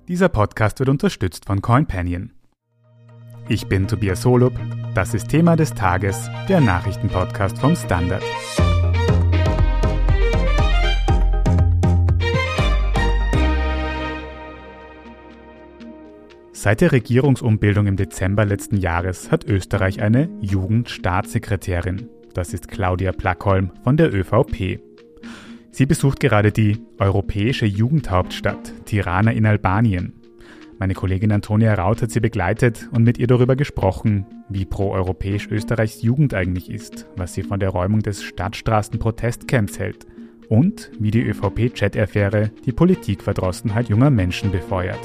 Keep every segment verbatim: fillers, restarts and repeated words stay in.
Dieser Podcast wird unterstützt von CoinPanion. Ich bin Tobias Holub, das ist Thema des Tages, der Nachrichtenpodcast vom Standard. Seit der Regierungsumbildung im Dezember letzten Jahres hat Österreich eine Jugendstaatssekretärin. Das ist Claudia Plackholm von der ÖVP. Sie besucht gerade die europäische Jugendhauptstadt Tirana in Albanien. Meine Kollegin Antonia Raut hat sie begleitet und mit ihr darüber gesprochen, wie proeuropäisch Österreichs Jugend eigentlich ist, was sie von der Räumung des Stadtstraßen-Protestcamps hält und wie die ÖVP-Chat-Affäre die Politikverdrossenheit junger Menschen befeuert.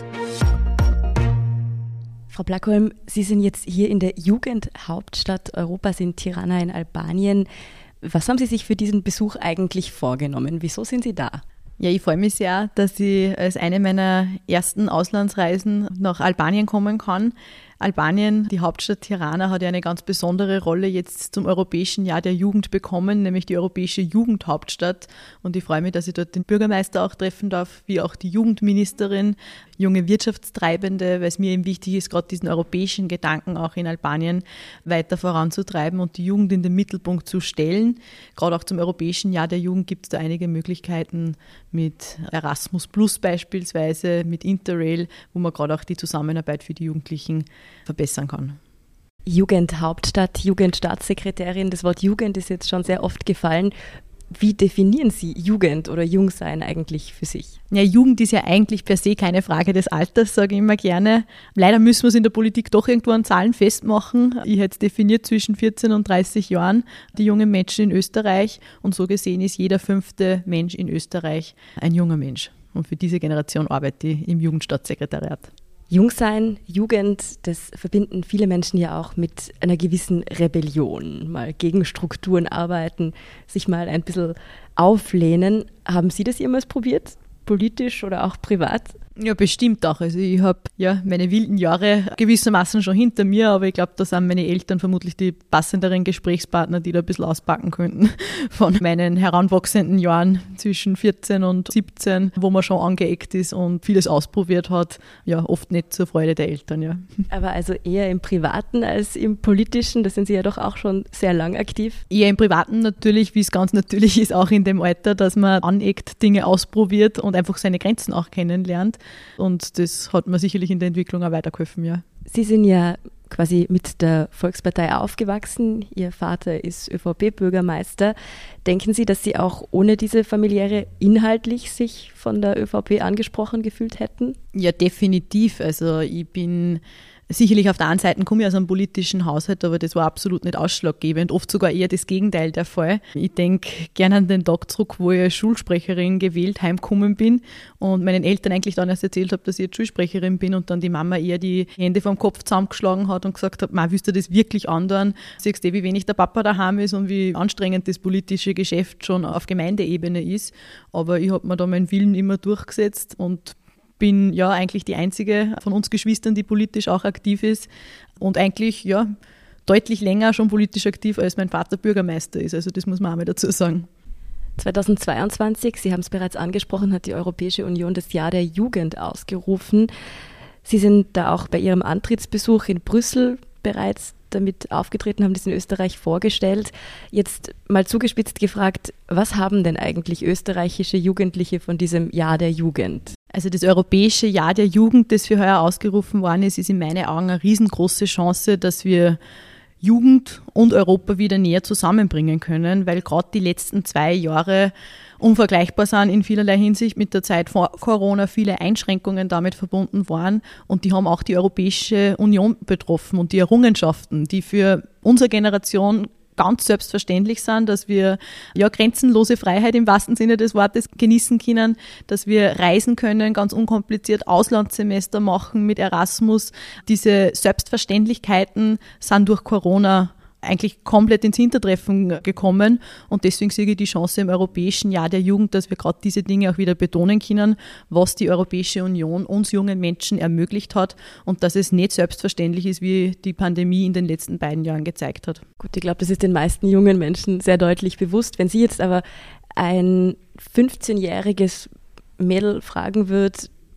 Frau Plackholm, Sie sind jetzt hier in der Jugendhauptstadt Europas in Tirana in Albanien. Was haben Sie sich für diesen Besuch eigentlich vorgenommen? Wieso sind Sie da? Ja, ich freue mich sehr, dass ich als eine meiner ersten Auslandsreisen nach Albanien kommen kann. Albanien, die Hauptstadt Tirana, hat ja eine ganz besondere Rolle jetzt zum Europäischen Jahr der Jugend bekommen, nämlich die Europäische Jugendhauptstadt. Und ich freue mich, dass ich dort den Bürgermeister auch treffen darf, wie auch die Jugendministerin, junge Wirtschaftstreibende, weil es mir eben wichtig ist, gerade diesen europäischen Gedanken auch in Albanien weiter voranzutreiben und die Jugend in den Mittelpunkt zu stellen. Gerade auch zum Europäischen Jahr der Jugend gibt es da einige Möglichkeiten mit Erasmus Plus beispielsweise, mit Interrail, wo man gerade auch die Zusammenarbeit für die Jugendlichen verbessern kann. Jugendhauptstadt, Jugendstaatssekretärin, das Wort Jugend ist jetzt schon sehr oft gefallen. Wie definieren Sie Jugend oder Jungsein eigentlich für sich? Ja, Jugend ist ja eigentlich per se keine Frage des Alters, sage ich immer gerne. Leider müssen wir es in der Politik doch irgendwo an Zahlen festmachen. Ich hätte es definiert zwischen vierzehn und dreißig Jahren, die jungen Menschen in Österreich. Und so gesehen ist jeder fünfte Mensch in Österreich ein junger Mensch. Und für diese Generation arbeite ich im Jugendstaatssekretariat. Jungsein, Jugend, das verbinden viele Menschen ja auch mit einer gewissen Rebellion. Mal gegen Strukturen arbeiten, sich mal ein bisschen auflehnen. Haben Sie das jemals probiert? Politisch oder auch privat? Ja, bestimmt auch. Also ich habe ja meine wilden Jahre gewissermaßen schon hinter mir, aber ich glaube, da sind meine Eltern vermutlich die passenderen Gesprächspartner, die da ein bisschen auspacken könnten von meinen heranwachsenden Jahren zwischen vierzehn und siebzehn, wo man schon angeeckt ist und vieles ausprobiert hat. Ja, oft nicht zur Freude der Eltern, ja. Aber also eher im Privaten als im Politischen, da sind Sie ja doch auch schon sehr lang aktiv. Eher im Privaten natürlich, wie es ganz natürlich ist, auch in dem Alter, dass man aneckt, Dinge ausprobiert und einfach seine Grenzen auch kennenlernt. Und das hat mir sicherlich in der Entwicklung auch weitergeholfen, ja. Sie sind ja quasi mit der Volkspartei aufgewachsen. Ihr Vater ist ÖVP-Bürgermeister. Denken Sie, dass Sie auch ohne diese familiäre inhaltlich sich von der ÖVP angesprochen gefühlt hätten? Ja, definitiv. Also ich bin sicherlich auf der einen Seite komme ich aus einem politischen Haushalt, aber das war absolut nicht ausschlaggebend, oft sogar eher das Gegenteil der Fall. Ich denke gerne an den Tag zurück, wo ich als Schulsprecherin gewählt heimgekommen bin und meinen Eltern eigentlich dann erst erzählt habe, dass ich jetzt Schulsprecherin bin und dann die Mama eher die Hände vom Kopf zusammengeschlagen hat und gesagt hat, Ma, willst du das wirklich andauern? Siehst du, wie wenig der Papa daheim ist und wie anstrengend das politische Geschäft schon auf Gemeindeebene ist. Aber ich habe mir da meinen Willen immer durchgesetzt und bin ja eigentlich die einzige von uns Geschwistern, die politisch auch aktiv ist und eigentlich ja deutlich länger schon politisch aktiv, als mein Vater Bürgermeister ist. Also das muss man auch mal dazu sagen. zweitausendzweiundzwanzig, Sie haben es bereits angesprochen, hat die Europäische Union das Jahr der Jugend ausgerufen. Sie sind da auch bei Ihrem Antrittsbesuch in Brüssel bereits damit aufgetreten, haben das in Österreich vorgestellt. Jetzt mal zugespitzt gefragt, was haben denn eigentlich österreichische Jugendliche von diesem Jahr der Jugend? Also das Europäische Jahr der Jugend, das für heuer ausgerufen worden ist, ist in meinen Augen eine riesengroße Chance, dass wir Jugend und Europa wieder näher zusammenbringen können, weil gerade die letzten zwei Jahre unvergleichbar sind in vielerlei Hinsicht mit der Zeit vor Corona, viele Einschränkungen damit verbunden waren und die haben auch die Europäische Union betroffen und die Errungenschaften, die für unsere Generation ganz selbstverständlich sind, dass wir ja grenzenlose Freiheit im wahrsten Sinne des Wortes genießen können, dass wir reisen können, ganz unkompliziert Auslandssemester machen mit Erasmus. Diese Selbstverständlichkeiten sind durch Corona eigentlich komplett ins Hintertreffen gekommen und deswegen sehe ich die Chance im Europäischen Jahr der Jugend, dass wir gerade diese Dinge auch wieder betonen können, was die Europäische Union uns jungen Menschen ermöglicht hat und dass es nicht selbstverständlich ist, wie die Pandemie in den letzten beiden Jahren gezeigt hat. Gut, ich glaube, das ist den meisten jungen Menschen sehr deutlich bewusst. Wenn Sie jetzt aber ein fünfzehnjähriges Mädel fragen würden,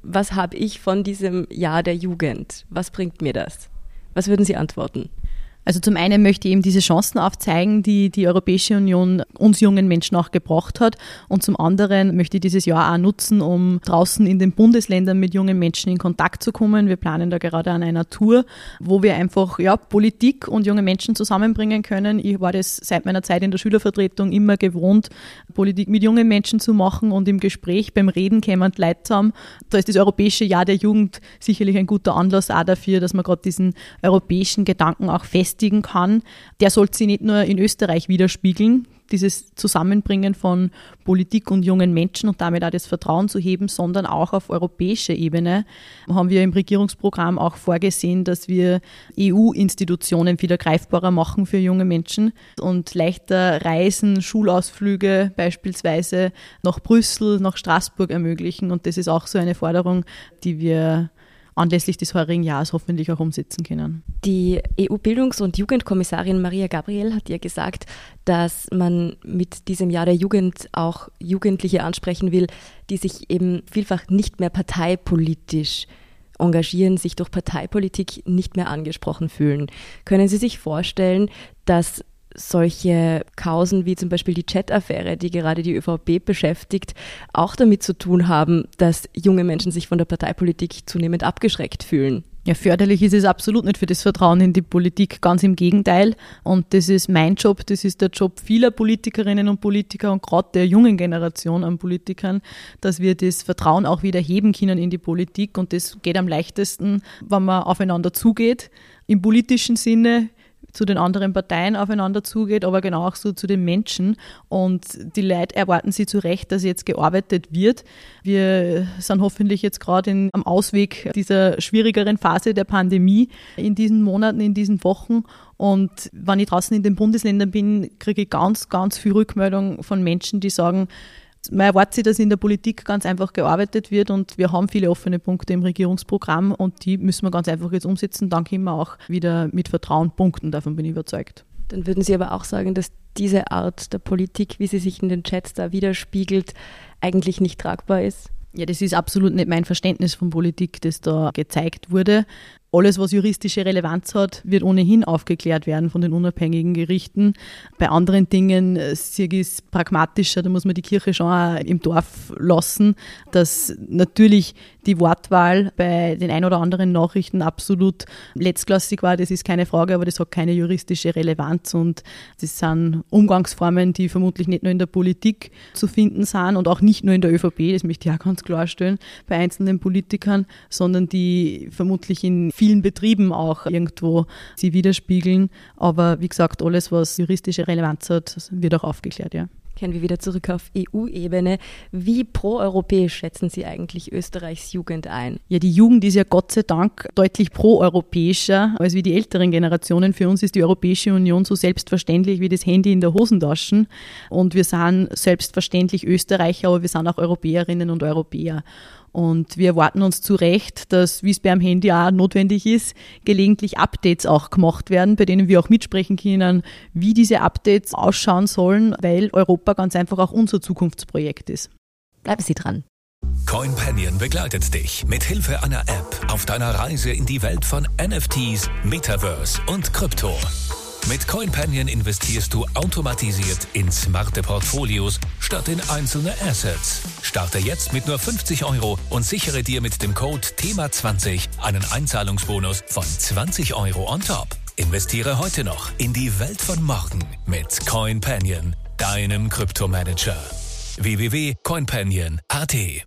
was habe ich von diesem Jahr der Jugend? Was bringt mir das? Was würden Sie antworten? Also zum einen möchte ich eben diese Chancen aufzeigen, die die Europäische Union uns jungen Menschen auch gebracht hat. Und zum anderen möchte ich dieses Jahr auch nutzen, um draußen in den Bundesländern mit jungen Menschen in Kontakt zu kommen. Wir planen da gerade an einer Tour, wo wir einfach ja, Politik und junge Menschen zusammenbringen können. Ich war das seit meiner Zeit in der Schülervertretung immer gewohnt, Politik mit jungen Menschen zu machen und im Gespräch, beim Reden kämen die Leute zusammen. Da ist das Europäische Jahr der Jugend sicherlich ein guter Anlass auch dafür, dass man gerade diesen europäischen Gedanken auch fest kann, der sollte sich nicht nur in Österreich widerspiegeln, dieses Zusammenbringen von Politik und jungen Menschen und damit auch das Vertrauen zu heben, sondern auch auf europäischer Ebene haben wir im Regierungsprogramm auch vorgesehen, dass wir E U-Institutionen wieder greifbarer machen für junge Menschen und leichter Reisen, Schulausflüge beispielsweise nach Brüssel, nach Straßburg ermöglichen. Und das ist auch so eine Forderung, die wir anlässlich des heurigen Jahres hoffentlich auch umsetzen können. Die E U-Bildungs- und Jugendkommissarin Maria Gabriel hat ja gesagt, dass man mit diesem Jahr der Jugend auch Jugendliche ansprechen will, die sich eben vielfach nicht mehr parteipolitisch engagieren, sich durch Parteipolitik nicht mehr angesprochen fühlen. Können Sie sich vorstellen, dass solche Kausen wie zum Beispiel die Chat-Affäre, die gerade die ÖVP beschäftigt, auch damit zu tun haben, dass junge Menschen sich von der Parteipolitik zunehmend abgeschreckt fühlen? Ja, förderlich ist es absolut nicht für das Vertrauen in die Politik, ganz im Gegenteil. Und das ist mein Job, das ist der Job vieler Politikerinnen und Politiker und gerade der jungen Generation an Politikern, dass wir das Vertrauen auch wieder heben können in die Politik. Und das geht am leichtesten, wenn man aufeinander zugeht, im politischen Sinne, zu den anderen Parteien aufeinander zugeht, aber genau auch so zu den Menschen. Und die Leute erwarten sie zu Recht, dass jetzt gearbeitet wird. Wir sind hoffentlich jetzt gerade am Ausweg dieser schwierigeren Phase der Pandemie in diesen Monaten, in diesen Wochen. Und wenn ich draußen in den Bundesländern bin, kriege ich ganz, ganz viel Rückmeldung von Menschen, die sagen, man erwartet, dass in der Politik ganz einfach gearbeitet wird und wir haben viele offene Punkte im Regierungsprogramm und die müssen wir ganz einfach jetzt umsetzen. Dann können wir auch wieder mit Vertrauen punkten, davon bin ich überzeugt. Dann würden Sie aber auch sagen, dass diese Art der Politik, wie sie sich in den Chats da widerspiegelt, eigentlich nicht tragbar ist? Ja, das ist absolut nicht mein Verständnis von Politik, das da gezeigt wurde. Alles, was juristische Relevanz hat, wird ohnehin aufgeklärt werden von den unabhängigen Gerichten. Bei anderen Dingen sehe ich es pragmatischer, da muss man die Kirche schon auch im Dorf lassen, dass natürlich die Wortwahl bei den ein oder anderen Nachrichten absolut letztklassig war, das ist keine Frage, aber das hat keine juristische Relevanz und das sind Umgangsformen, die vermutlich nicht nur in der Politik zu finden sind und auch nicht nur in der ÖVP, das möchte ich auch ganz klarstellen, bei einzelnen Politikern, sondern die vermutlich in vielen Betrieben auch irgendwo sie widerspiegeln. Aber wie gesagt, alles, was juristische Relevanz hat, wird auch aufgeklärt, ja. Kehren wir wieder zurück auf E U-Ebene. Wie proeuropäisch schätzen Sie eigentlich Österreichs Jugend ein? Ja, die Jugend ist ja Gott sei Dank deutlich proeuropäischer als wie die älteren Generationen. Für uns ist die Europäische Union so selbstverständlich wie das Handy in der Hosentasche. Und wir sind selbstverständlich Österreicher, aber wir sind auch Europäerinnen und Europäer. Und wir erwarten uns zu Recht, dass, wie es beim Handy auch notwendig ist, gelegentlich Updates auch gemacht werden, bei denen wir auch mitsprechen können, wie diese Updates ausschauen sollen, weil Europa ganz einfach auch unser Zukunftsprojekt ist. Bleiben Sie dran. CoinPanion begleitet dich mit Hilfe einer App auf deiner Reise in die Welt von N F Ts, Metaverse und Krypto. Mit CoinPanion investierst du automatisiert in smarte Portfolios statt in einzelne Assets. Starte jetzt mit nur fünfzig Euro und sichere dir mit dem Code Thema zwanzig einen Einzahlungsbonus von zwanzig Euro on top. Investiere heute noch in die Welt von morgen mit CoinPanion, deinem Kryptomanager. w w w punkt coinpanion punkt a t.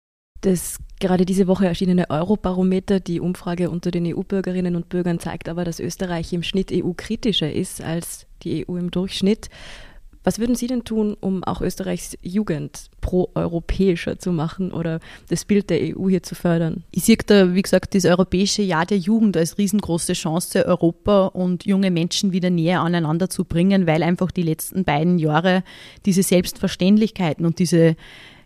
Das gerade diese Woche erschienene Eurobarometer, die Umfrage unter den E U-Bürgerinnen und Bürgern, zeigt aber, dass Österreich im Schnitt E U-kritischer ist als die E U im Durchschnitt. Was würden Sie denn tun, um auch Österreichs Jugend proeuropäischer zu machen oder das Bild der E U hier zu fördern? Ich sehe da, wie gesagt, das Europäische Jahr der Jugend als riesengroße Chance, Europa und junge Menschen wieder näher aneinander zu bringen, weil einfach die letzten beiden Jahre diese Selbstverständlichkeiten und diese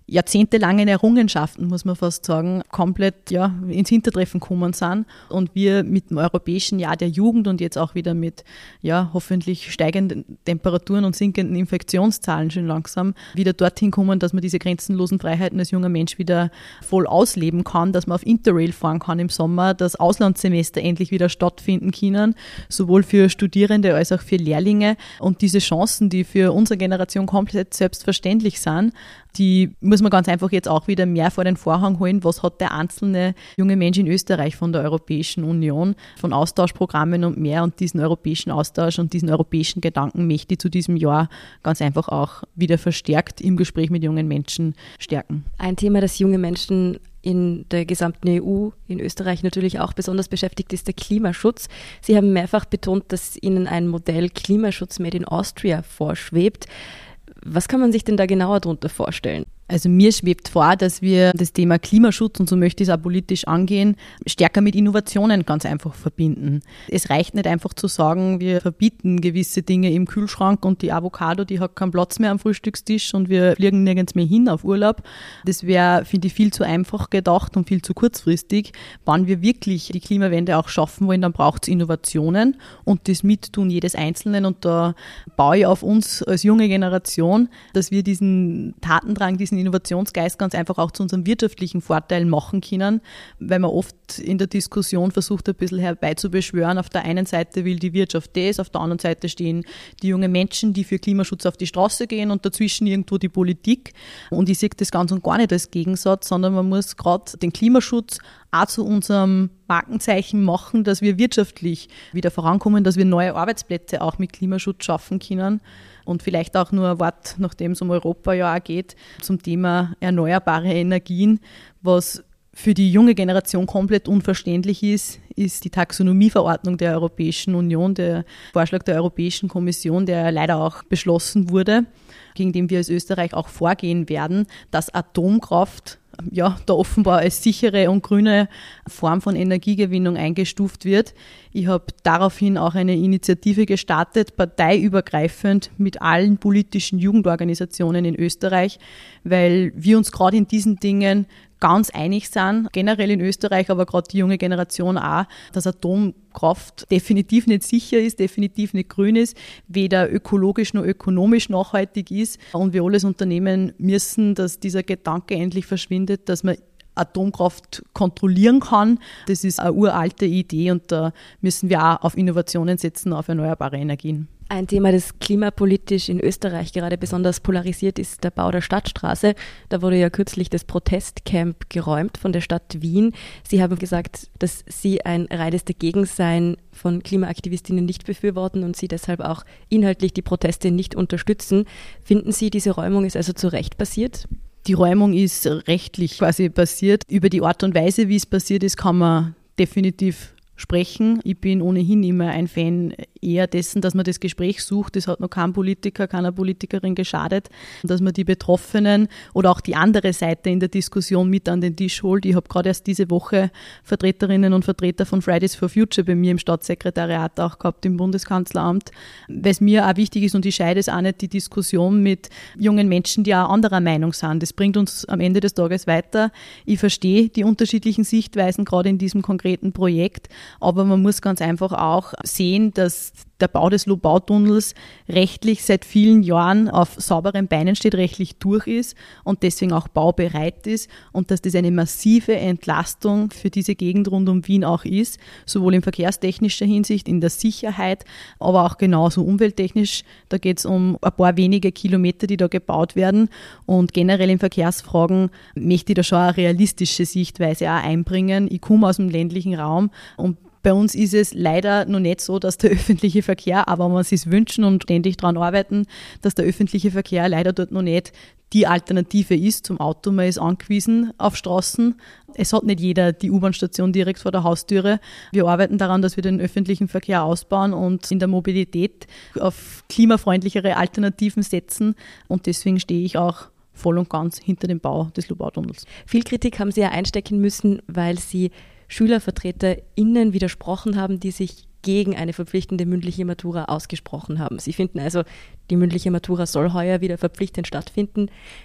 jahrzehntelangen Errungenschaften, muss man fast sagen, komplett ja, ins Hintertreffen gekommen sind. Und wir mit dem Europäischen Jahr der Jugend und jetzt auch wieder mit ja, hoffentlich steigenden Temperaturen und sinkenden Infektionszahlen schon langsam wieder dorthin kommen, dass man diese grenzenlosen Freiheiten als junger Mensch wieder voll ausleben kann, dass man auf Interrail fahren kann im Sommer, dass Auslandssemester endlich wieder stattfinden können, sowohl für Studierende als auch für Lehrlinge. Und diese Chancen, die für unsere Generation komplett selbstverständlich sind, die muss man ganz einfach jetzt auch wieder mehr vor den Vorhang holen. Was hat der einzelne junge Mensch in Österreich von der Europäischen Union, von Austauschprogrammen und mehr, und diesen europäischen Austausch und diesen europäischen Gedanken möchte ich zu diesem Jahr ganz einfach auch wieder verstärkt im Gespräch mit jungen Menschen stärken. Ein Thema, das junge Menschen in der gesamten E U, in Österreich natürlich auch besonders beschäftigt, ist der Klimaschutz. Sie haben mehrfach betont, dass Ihnen ein Modell Klimaschutz Made in Austria vorschwebt. Was kann man sich denn da genauer darunter vorstellen? Also mir schwebt vor, dass wir das Thema Klimaschutz, und so möchte ich es auch politisch angehen, stärker mit Innovationen ganz einfach verbinden. Es reicht nicht einfach zu sagen, wir verbieten gewisse Dinge im Kühlschrank und die Avocado, die hat keinen Platz mehr am Frühstückstisch und wir fliegen nirgends mehr hin auf Urlaub. Das wäre, finde ich, viel zu einfach gedacht und viel zu kurzfristig. Wenn wir wirklich die Klimawende auch schaffen wollen, dann braucht es Innovationen und das Mittun jedes Einzelnen, und da baue ich auf uns als junge Generation, dass wir diesen Tatendrang, diesen Innovationsgeist ganz einfach auch zu unserem wirtschaftlichen Vorteil machen können, weil man oft in der Diskussion versucht, ein bisschen herbeizubeschwören. Auf der einen Seite will die Wirtschaft das, auf der anderen Seite stehen die jungen Menschen, die für Klimaschutz auf die Straße gehen, und dazwischen irgendwo die Politik. Und ich sehe das ganz und gar nicht als Gegensatz, sondern man muss gerade den Klimaschutz auch zu unserem Markenzeichen machen, dass wir wirtschaftlich wieder vorankommen, dass wir neue Arbeitsplätze auch mit Klimaschutz schaffen können. Und vielleicht auch nur ein Wort, nachdem es um Europa ja auch geht, zum Thema erneuerbare Energien. Was für die junge Generation komplett unverständlich ist, ist die Taxonomieverordnung der Europäischen Union, der Vorschlag der Europäischen Kommission, der leider auch beschlossen wurde, gegen den wir als Österreich auch vorgehen werden, dass Atomkraft ja, da offenbar als sichere und grüne Form von Energiegewinnung eingestuft wird. Ich habe daraufhin auch eine Initiative gestartet, parteiübergreifend mit allen politischen Jugendorganisationen in Österreich, weil wir uns gerade in diesen Dingen ganz einig sind, generell in Österreich, aber gerade die junge Generation auch, dass Atomkraft definitiv nicht sicher ist, definitiv nicht grün ist, weder ökologisch noch ökonomisch nachhaltig ist. Und wir alles unternehmen müssen, dass dieser Gedanke endlich verschwindet, dass man Atomkraft kontrollieren kann. Das ist eine uralte Idee, und da müssen wir auch auf Innovationen setzen, auf erneuerbare Energien. Ein Thema, das klimapolitisch in Österreich gerade besonders polarisiert, ist der Bau der Stadtstraße. Da wurde ja kürzlich das Protestcamp geräumt von der Stadt Wien. Sie haben gesagt, dass Sie ein reines Dagegensein von Klimaaktivistinnen nicht befürworten und Sie deshalb auch inhaltlich die Proteste nicht unterstützen. Finden Sie, diese Räumung ist also zu Recht passiert? Die Räumung ist rechtlich quasi passiert. Über die Art und Weise, wie es passiert ist, kann man definitiv sprechen. Ich bin ohnehin immer ein Fan eher dessen, dass man das Gespräch sucht. Das hat noch kein Politiker, keiner Politikerin geschadet, dass man die Betroffenen oder auch die andere Seite in der Diskussion mit an den Tisch holt. Ich habe gerade erst diese Woche Vertreterinnen und Vertreter von Fridays for Future bei mir im Staatssekretariat auch gehabt, im Bundeskanzleramt, weil es mir auch wichtig ist, und ich scheide es auch nicht, die Diskussion mit jungen Menschen, die auch anderer Meinung sind. Das bringt uns am Ende des Tages weiter. Ich verstehe die unterschiedlichen Sichtweisen, gerade in diesem konkreten Projekt, aber man muss ganz einfach auch sehen, dass der Bau des Lobau-Tunnels rechtlich seit vielen Jahren auf sauberen Beinen steht, rechtlich durch ist und deswegen auch baubereit ist, und dass das eine massive Entlastung für diese Gegend rund um Wien auch ist, sowohl in verkehrstechnischer Hinsicht, in der Sicherheit, aber auch genauso umwelttechnisch. Da geht es um ein paar wenige Kilometer, die da gebaut werden, und generell in Verkehrsfragen möchte ich da schon eine realistische Sichtweise auch einbringen. Ich komme aus dem ländlichen Raum, und bei uns ist es leider noch nicht so, dass der öffentliche Verkehr, aber man sich wünschen und ständig daran arbeiten, dass der öffentliche Verkehr leider dort noch nicht die Alternative ist zum Auto. Man ist angewiesen auf Straßen. Es hat nicht jeder die U-Bahn-Station direkt vor der Haustüre. Wir arbeiten daran, dass wir den öffentlichen Verkehr ausbauen und in der Mobilität auf klimafreundlichere Alternativen setzen. Und deswegen stehe ich auch voll und ganz hinter dem Bau des Lobau-Tunnels. Viel Kritik haben Sie ja einstecken müssen, weil Sie SchülervertreterInnen widersprochen haben, die sich gegen eine verpflichtende mündliche Matura ausgesprochen haben. Sie finden also, die mündliche Matura soll heuer wieder verpflichtend stattfinden.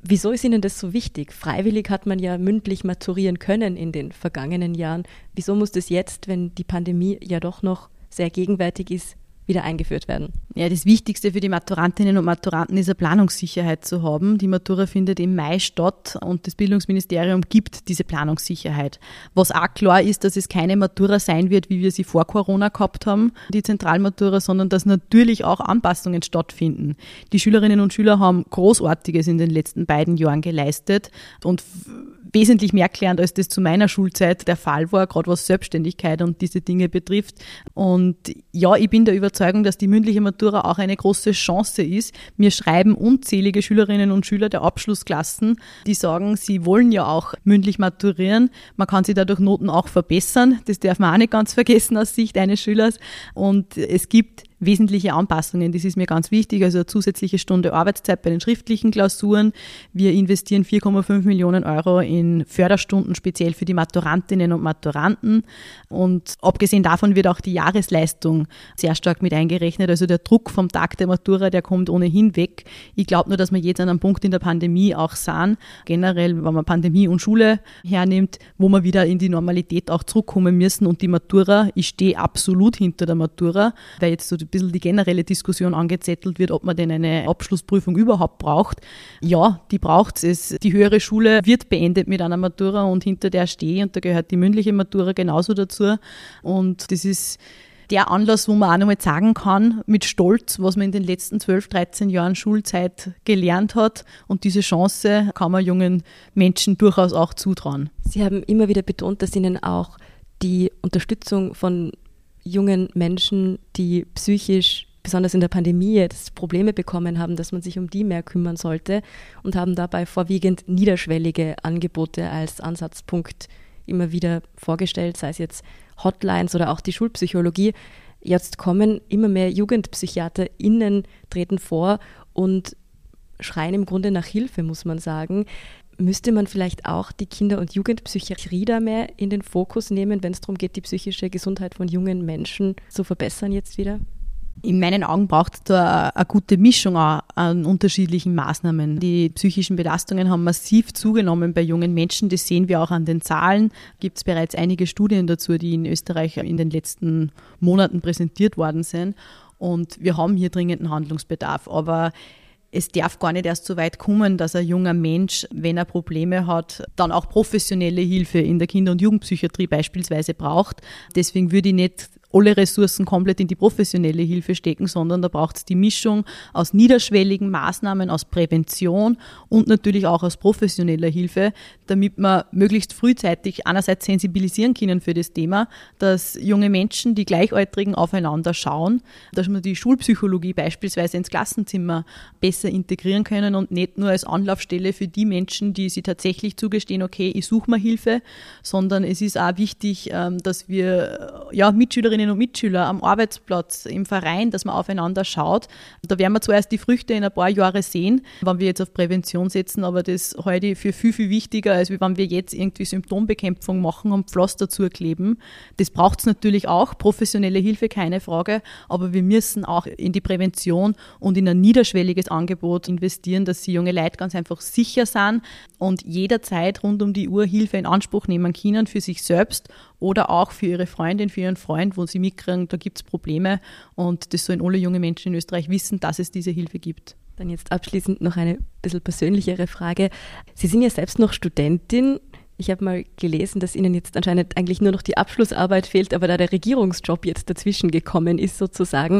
Wieso ist Ihnen das so wichtig? Freiwillig hat man ja mündlich maturieren können in den vergangenen Jahren. Wieso muss das jetzt, wenn die Pandemie ja doch noch sehr gegenwärtig ist, wieder eingeführt werden? Ja, das Wichtigste für die Maturantinnen und Maturanten ist, eine Planungssicherheit zu haben. Die Matura findet im Mai statt und das Bildungsministerium gibt diese Planungssicherheit. Was auch klar ist, dass es keine Matura sein wird, wie wir sie vor Corona gehabt haben, die Zentralmatura, sondern dass natürlich auch Anpassungen stattfinden. Die Schülerinnen und Schüler haben Großartiges in den letzten beiden Jahren geleistet und wesentlich mehr gelernt, als das zu meiner Schulzeit der Fall war, gerade was Selbstständigkeit und diese Dinge betrifft. Und ja, ich bin der Überzeugung, dass die mündliche Matura auch eine große Chance ist. Mir schreiben unzählige Schülerinnen und Schüler der Abschlussklassen, die sagen, sie wollen ja auch mündlich maturieren. Man kann sich dadurch Noten auch verbessern. Das darf man auch nicht ganz vergessen aus Sicht eines Schülers. Und es gibt wesentliche Anpassungen, das ist mir ganz wichtig, also eine zusätzliche Stunde Arbeitszeit bei den schriftlichen Klausuren. Wir investieren vier Komma fünf Millionen Euro in Förderstunden, speziell für die Maturantinnen und Maturanten. Und abgesehen davon wird auch die Jahresleistung sehr stark mit eingerechnet, also der Druck vom Tag der Matura, der kommt ohnehin weg. Ich glaube nur, dass wir jetzt an einem Punkt in der Pandemie auch sind, generell, wenn man Pandemie und Schule hernimmt, wo wir wieder in die Normalität auch zurückkommen müssen und die Matura, ich stehe absolut hinter der Matura, weil jetzt so ein bisschen die generelle Diskussion angezettelt wird, ob man denn eine Abschlussprüfung überhaupt braucht. Ja, die braucht es. Die höhere Schule wird beendet mit einer Matura und hinter der stehe ich und da gehört die mündliche Matura genauso dazu. Und das ist der Anlass, wo man auch nochmal sagen kann, mit Stolz, was man in den letzten zwölf, dreizehn Jahren Schulzeit gelernt hat. Und diese Chance kann man jungen Menschen durchaus auch zutrauen. Sie haben immer wieder betont, dass Ihnen auch die Unterstützung von jungen Menschen, die psychisch, besonders in der Pandemie, jetzt Probleme bekommen haben, dass man sich um die mehr kümmern sollte und haben dabei vorwiegend niederschwellige Angebote als Ansatzpunkt immer wieder vorgestellt, sei es jetzt Hotlines oder auch die Schulpsychologie. Jetzt kommen immer mehr JugendpsychiaterInnen, treten vor und schreien im Grunde nach Hilfe, muss man sagen. Müsste man vielleicht auch die Kinder- und Jugendpsychiatrie da mehr in den Fokus nehmen, wenn es darum geht, die psychische Gesundheit von jungen Menschen zu verbessern jetzt wieder? In meinen Augen braucht es da eine gute Mischung an unterschiedlichen Maßnahmen. Die psychischen Belastungen haben massiv zugenommen bei jungen Menschen. Das sehen wir auch an den Zahlen. Gibt es bereits einige Studien dazu, die in Österreich in den letzten Monaten präsentiert worden sind. Und wir haben hier dringenden Handlungsbedarf. Aber es darf gar nicht erst so weit kommen, dass ein junger Mensch, wenn er Probleme hat, dann auch professionelle Hilfe in der Kinder- und Jugendpsychiatrie beispielsweise braucht. Deswegen würde ich nicht alle Ressourcen komplett in die professionelle Hilfe stecken, sondern da braucht es die Mischung aus niederschwelligen Maßnahmen, aus Prävention und natürlich auch aus professioneller Hilfe, damit wir möglichst frühzeitig einerseits sensibilisieren können für das Thema, dass junge Menschen, die Gleichaltrigen, aufeinander schauen, dass wir die Schulpsychologie beispielsweise ins Klassenzimmer besser integrieren können und nicht nur als Anlaufstelle für die Menschen, die sich tatsächlich zugestehen, okay, ich suche mir Hilfe, sondern es ist auch wichtig, dass wir ja, Mitschülerinnen und Mitschüler am Arbeitsplatz, im Verein, dass man aufeinander schaut. Da werden wir zuerst die Früchte in ein paar Jahre sehen, wenn wir jetzt auf Prävention setzen, aber das halte ich für viel, viel wichtiger, als wenn wir jetzt irgendwie Symptombekämpfung machen und Pflaster zukleben. Das braucht es natürlich auch, professionelle Hilfe, keine Frage, aber wir müssen auch in die Prävention und in ein niederschwelliges Angebot investieren, dass die junge Leute ganz einfach sicher sind und jederzeit rund um die Uhr Hilfe in Anspruch nehmen können für sich selbst oder auch für ihre Freundin, für ihren Freund, wo sie mitkriegen, da gibt es Probleme und das sollen alle junge Menschen in Österreich wissen, dass es diese Hilfe gibt. Dann jetzt abschließend noch eine bisschen persönlichere Frage. Sie sind ja selbst noch Studentin. Ich habe mal gelesen, dass Ihnen jetzt anscheinend eigentlich nur noch die Abschlussarbeit fehlt, aber da der Regierungsjob jetzt dazwischen gekommen ist sozusagen,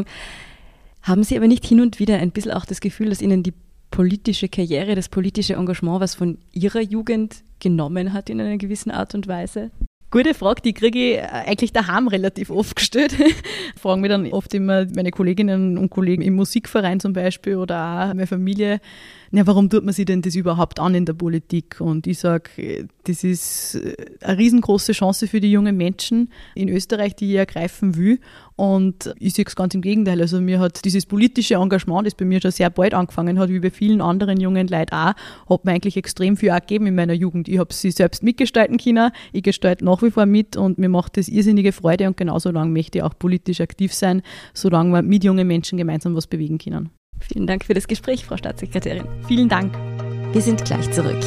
haben Sie aber nicht hin und wieder ein bisschen auch das Gefühl, dass Ihnen die politische Karriere, das politische Engagement, was von Ihrer Jugend genommen hat in einer gewissen Art und Weise? Gute Frage, die kriege ich eigentlich daheim relativ oft gestellt. Fragen mich dann oft immer meine Kolleginnen und Kollegen im Musikverein zum Beispiel oder auch meine Familie, ja, warum tut man sich denn das überhaupt an in der Politik? Und ich sage, das ist eine riesengroße Chance für die jungen Menschen in Österreich, die ich ergreifen will. Und ich sehe es ganz im Gegenteil. Also mir hat dieses politische Engagement, das bei mir schon sehr bald angefangen hat, wie bei vielen anderen jungen Leuten auch, hat mir eigentlich extrem viel auch gegeben in meiner Jugend. Ich habe sie selbst mitgestalten können, ich gestalte nach wie vor mit und mir macht das irrsinnige Freude und genauso lange möchte ich auch politisch aktiv sein, solange wir mit jungen Menschen gemeinsam was bewegen können. Vielen Dank für das Gespräch, Frau Staatssekretärin. Vielen Dank. Wir sind gleich zurück.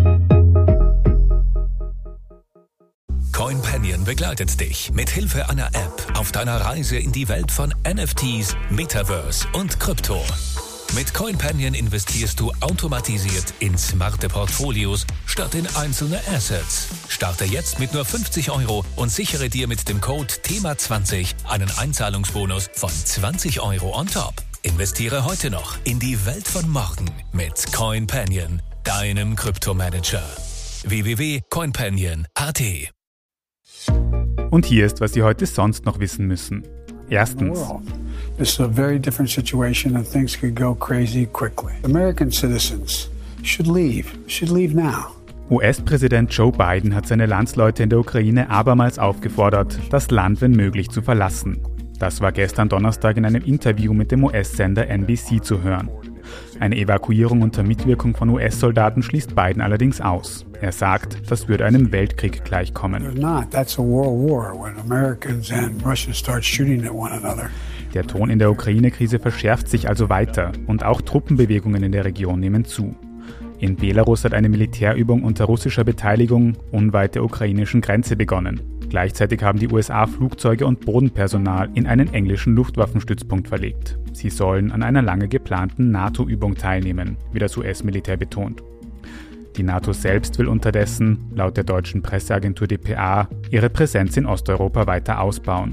CoinPanion begleitet dich mit Hilfe einer App auf deiner Reise in die Welt von N F Ts, Metaverse und Krypto. Mit CoinPanion investierst du automatisiert in smarte Portfolios statt in einzelne Assets. Starte jetzt mit nur fünfzig Euro und sichere dir mit dem Code Thema zwanzig einen Einzahlungsbonus von zwanzig Euro on top. Investiere heute noch in die Welt von morgen mit CoinPanion, deinem Kryptomanager. w w w punkt coinpanion punkt a t. Und hier ist, was Sie heute sonst noch wissen müssen. Erstens. This is a very different situation and things could go crazy quickly. American citizens should leave, should leave now. U S-Präsident Joe Biden hat seine Landsleute in der Ukraine abermals aufgefordert, das Land wenn möglich zu verlassen. Das war gestern Donnerstag in einem Interview mit dem U S-Sender N B C zu hören. Eine Evakuierung unter Mitwirkung von U S-Soldaten schließt Biden allerdings aus. Er sagt, das würde einem Weltkrieg gleichkommen. Der Ton in der Ukraine-Krise verschärft sich also weiter und auch Truppenbewegungen in der Region nehmen zu. In Belarus hat eine Militärübung unter russischer Beteiligung unweit der ukrainischen Grenze begonnen. Gleichzeitig haben die U S A Flugzeuge und Bodenpersonal in einen englischen Luftwaffenstützpunkt verlegt. Sie sollen an einer lange geplanten NATO-Übung teilnehmen, wie das U S-Militär betont. Die NATO selbst will unterdessen, laut der deutschen Presseagentur D P A, ihre Präsenz in Osteuropa weiter ausbauen.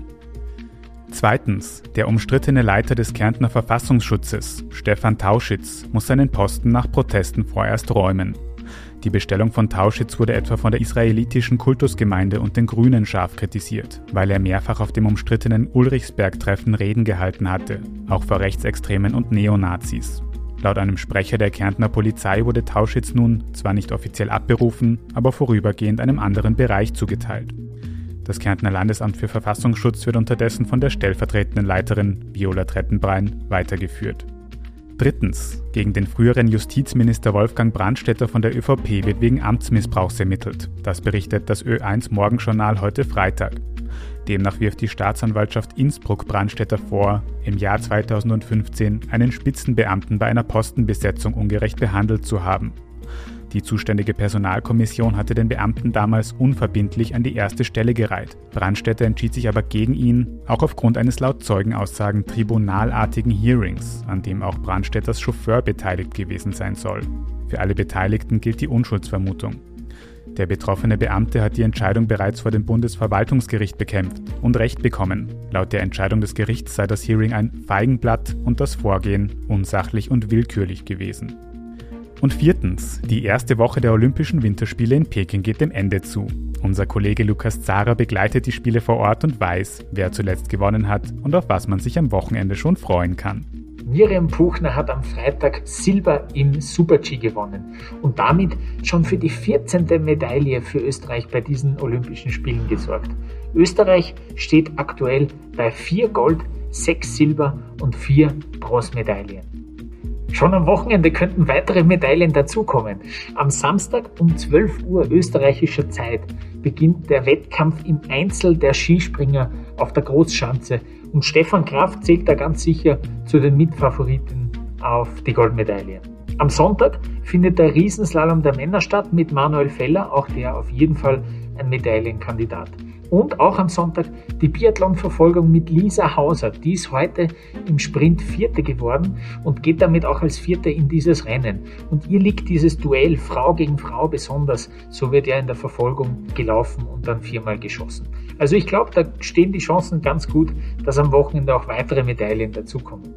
Zweitens, der umstrittene Leiter des Kärntner Verfassungsschutzes, Stefan Tauschitz, muss seinen Posten nach Protesten vorerst räumen. Die Bestellung von Tauschitz wurde etwa von der israelitischen Kultusgemeinde und den Grünen scharf kritisiert, weil er mehrfach auf dem umstrittenen Ulrichsberg-Treffen Reden gehalten hatte, auch vor Rechtsextremen und Neonazis. Laut einem Sprecher der Kärntner Polizei wurde Tauschitz nun zwar nicht offiziell abberufen, aber vorübergehend einem anderen Bereich zugeteilt. Das Kärntner Landesamt für Verfassungsschutz wird unterdessen von der stellvertretenden Leiterin Viola Trettenbrein weitergeführt. Drittens. Gegen den früheren Justizminister Wolfgang Brandstätter von der ÖVP wird wegen Amtsmissbrauchs ermittelt. Das berichtet das Ö eins Morgenjournal heute Freitag. Demnach wirft die Staatsanwaltschaft Innsbruck Brandstätter vor, im Jahr zweitausendfünfzehn einen Spitzenbeamten bei einer Postenbesetzung ungerecht behandelt zu haben. Die zuständige Personalkommission hatte den Beamten damals unverbindlich an die erste Stelle gereiht. Brandstätter entschied sich aber gegen ihn, auch aufgrund eines laut Zeugenaussagen tribunalartigen Hearings, an dem auch Brandstätters Chauffeur beteiligt gewesen sein soll. Für alle Beteiligten gilt die Unschuldsvermutung. Der betroffene Beamte hat die Entscheidung bereits vor dem Bundesverwaltungsgericht bekämpft und Recht bekommen. Laut der Entscheidung des Gerichts sei das Hearing ein Feigenblatt und das Vorgehen unsachlich und willkürlich gewesen. Und viertens, die erste Woche der Olympischen Winterspiele in Peking geht dem Ende zu. Unser Kollege Lukas Zara begleitet die Spiele vor Ort und weiß, wer zuletzt gewonnen hat und auf was man sich am Wochenende schon freuen kann. Miriam Puchner hat am Freitag Silber im Super-G gewonnen und damit schon für die vierzehnte Medaille für Österreich bei diesen Olympischen Spielen gesorgt. Österreich steht aktuell bei vier Gold, sechs Silber und vier Bronzemedaillen. Schon am Wochenende könnten weitere Medaillen dazukommen. Am Samstag um zwölf Uhr österreichischer Zeit beginnt der Wettkampf im Einzel der Skispringer auf der Großschanze und Stefan Kraft zählt da ganz sicher zu den Mitfavoriten auf die Goldmedaille. Am Sonntag findet der Riesenslalom der Männer statt mit Manuel Feller, auch der auf jeden Fall ein Medaillenkandidat. Und auch am Sonntag die Biathlon-Verfolgung mit Lisa Hauser. Die ist heute im Sprint Vierte geworden und geht damit auch als Vierte in dieses Rennen. Und ihr liegt dieses Duell Frau gegen Frau besonders. So wird ja in der Verfolgung gelaufen und dann viermal geschossen. Also ich glaube, da stehen die Chancen ganz gut, dass am Wochenende auch weitere Medaillen dazukommen.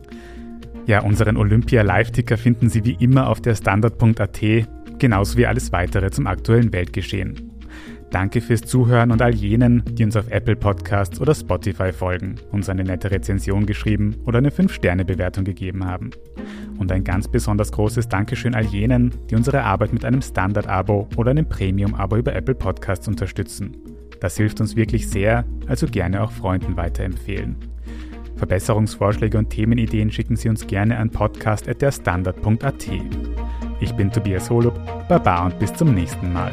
Ja, unseren Olympia-Live-Ticker finden Sie wie immer auf der standard punkt a t, genauso wie alles weitere zum aktuellen Weltgeschehen. Danke fürs Zuhören und all jenen, die uns auf Apple Podcasts oder Spotify folgen, uns eine nette Rezension geschrieben oder eine fünf Sterne Bewertung gegeben haben. Und ein ganz besonders großes Dankeschön all jenen, die unsere Arbeit mit einem Standard-Abo oder einem Premium-Abo über Apple Podcasts unterstützen. Das hilft uns wirklich sehr, also gerne auch Freunden weiterempfehlen. Verbesserungsvorschläge und Themenideen schicken Sie uns gerne an podcast at der standard punkt a t. Ich bin Tobias Holub, Baba und bis zum nächsten Mal.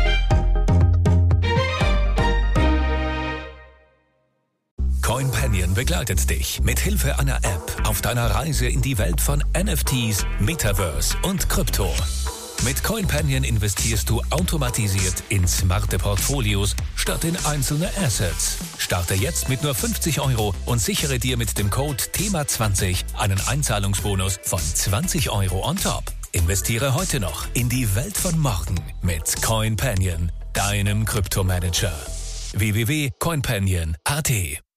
CoinPanion begleitet dich mit Hilfe einer App auf deiner Reise in die Welt von N F Ts, Metaverse und Krypto. Mit CoinPanion investierst du automatisiert in smarte Portfolios statt in einzelne Assets. Starte jetzt mit nur fünfzig Euro und sichere dir mit dem Code Thema zwanzig einen Einzahlungsbonus von zwanzig Euro on top. Investiere heute noch in die Welt von morgen mit CoinPanion, deinem Kryptomanager. w w w punkt coinpanion punkt a t